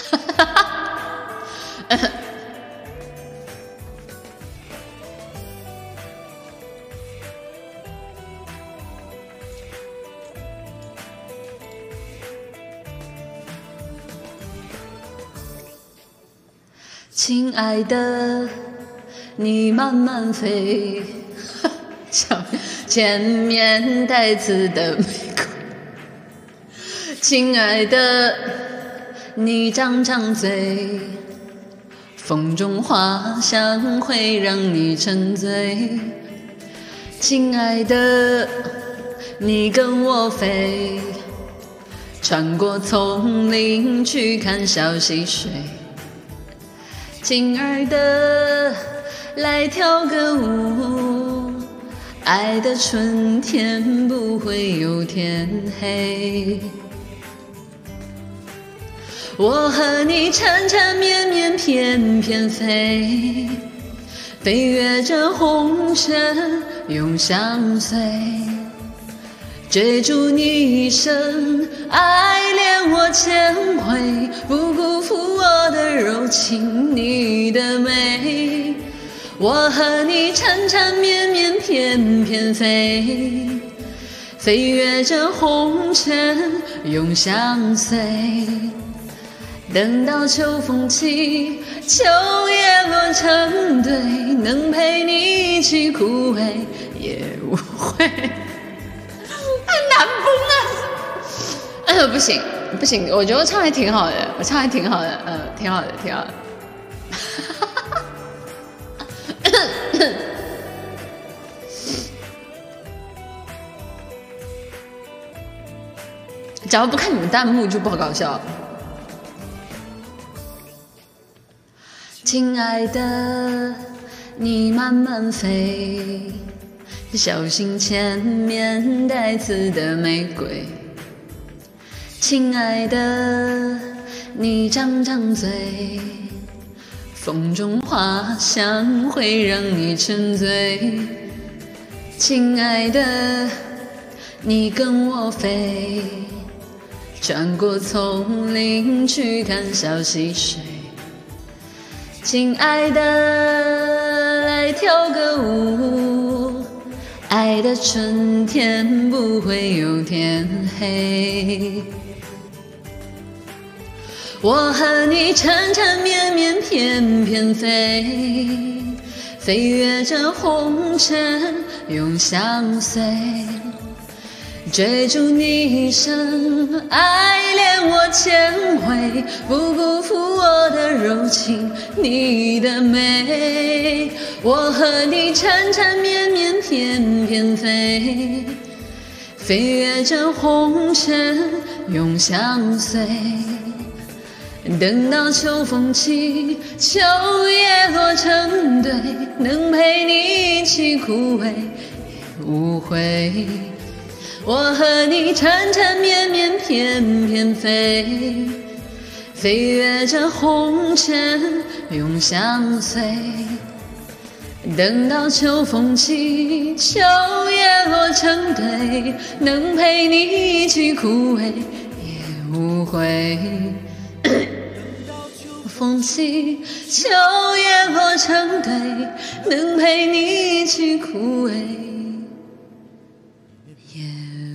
亲爱的，你慢慢飞，像前面带刺的玫瑰。亲爱的，你张张嘴，风中花香会让你沉醉。亲爱的，你跟我飞，穿过丛林去看小溪水。亲爱的，来跳个舞，爱的春天不会有天黑。我和你缠缠绵绵翩翩飞，飞越这红尘永相随，追逐你一生，爱恋我千回，不辜负我的柔情，你的美。我和你缠缠绵绵翩翩飞，飞越这红尘永相随，等到秋风起，秋叶落成堆，能陪你一起枯萎也无悔。难崩啊！不行不行，我觉得我唱还挺好的，我唱还挺好的，挺好的，挺好的。假如不看你们弹幕就不好搞笑。亲爱的，你慢慢飞，小心前面带刺的玫瑰。亲爱的，你张张嘴，风中花香会让你沉醉。亲爱的，你跟我飞，穿过丛林去看小溪水。亲爱的，来跳个舞，爱的春天不会有天黑。我和你缠缠绵绵翩翩飞，飞越这红尘永相随，追逐你一生，爱恋我千回，不辜负我的柔情，你的美。我和你缠缠绵绵翩翩飞，飞越这红尘永相随，等到秋风起，秋叶落成堆，能陪你一起枯萎也无悔。我和你缠缠绵绵翩翩飞，飞越这红尘永相随，等到秋风起，秋叶落成堆，能陪你一起枯萎也无悔。风起，秋叶落成堆，能陪你一起枯萎也